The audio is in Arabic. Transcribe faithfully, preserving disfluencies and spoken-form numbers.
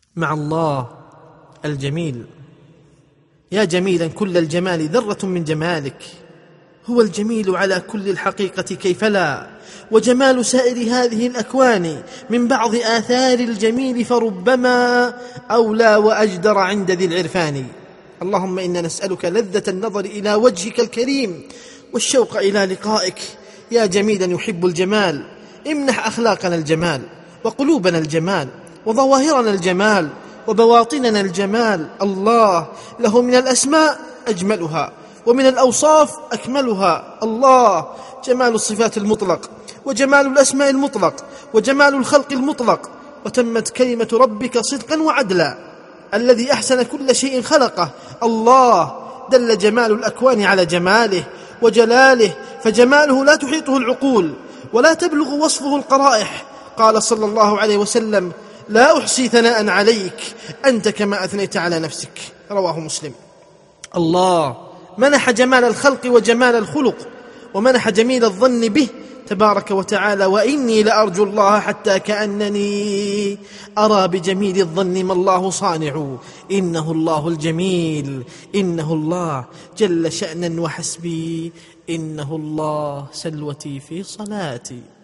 مع الله الجميل. يا جميلا كل الجمال ذرة من جمالك، هو الجميل على كل الحقيقة كيف لا، وجمال سائر هذه الأكوان من بعض آثار الجميل فربما أولى وأجدر عند ذي العرفان. اللهم إنا نسألك لذة النظر إلى وجهك الكريم والشوق إلى لقائك. يا جميلا يحب الجمال، امنح أخلاقنا الجمال وقلوبنا الجمال وظواهرنا الجمال وبواطننا الجمال. الله له من الأسماء أجملها ومن الأوصاف أكملها. الله جمال الصفات المطلق وجمال الأسماء المطلق وجمال الخلق المطلق، وتمت كلمة ربك صدقا وعدلا. الذي أحسن كل شيء خلقه، الله دل جمال الأكوان على جماله وجلاله، فجماله لا تحيطه العقول ولا تبلغ وصفه القرائح. قال صلى الله عليه وسلم: لا أحصي ثناء عليك أنت كما أثنيت على نفسك. رواه مسلم. الله منح جمال الخلق وجمال الخلق، ومنح جميل الظن به تبارك وتعالى: وإني لأرجو الله حتى كأنني أرى بجميل الظن ما الله صانع، إنه الله الجميل، إنه الله جل شأنا وحسبي، إنه الله سلوتي في صلاتي.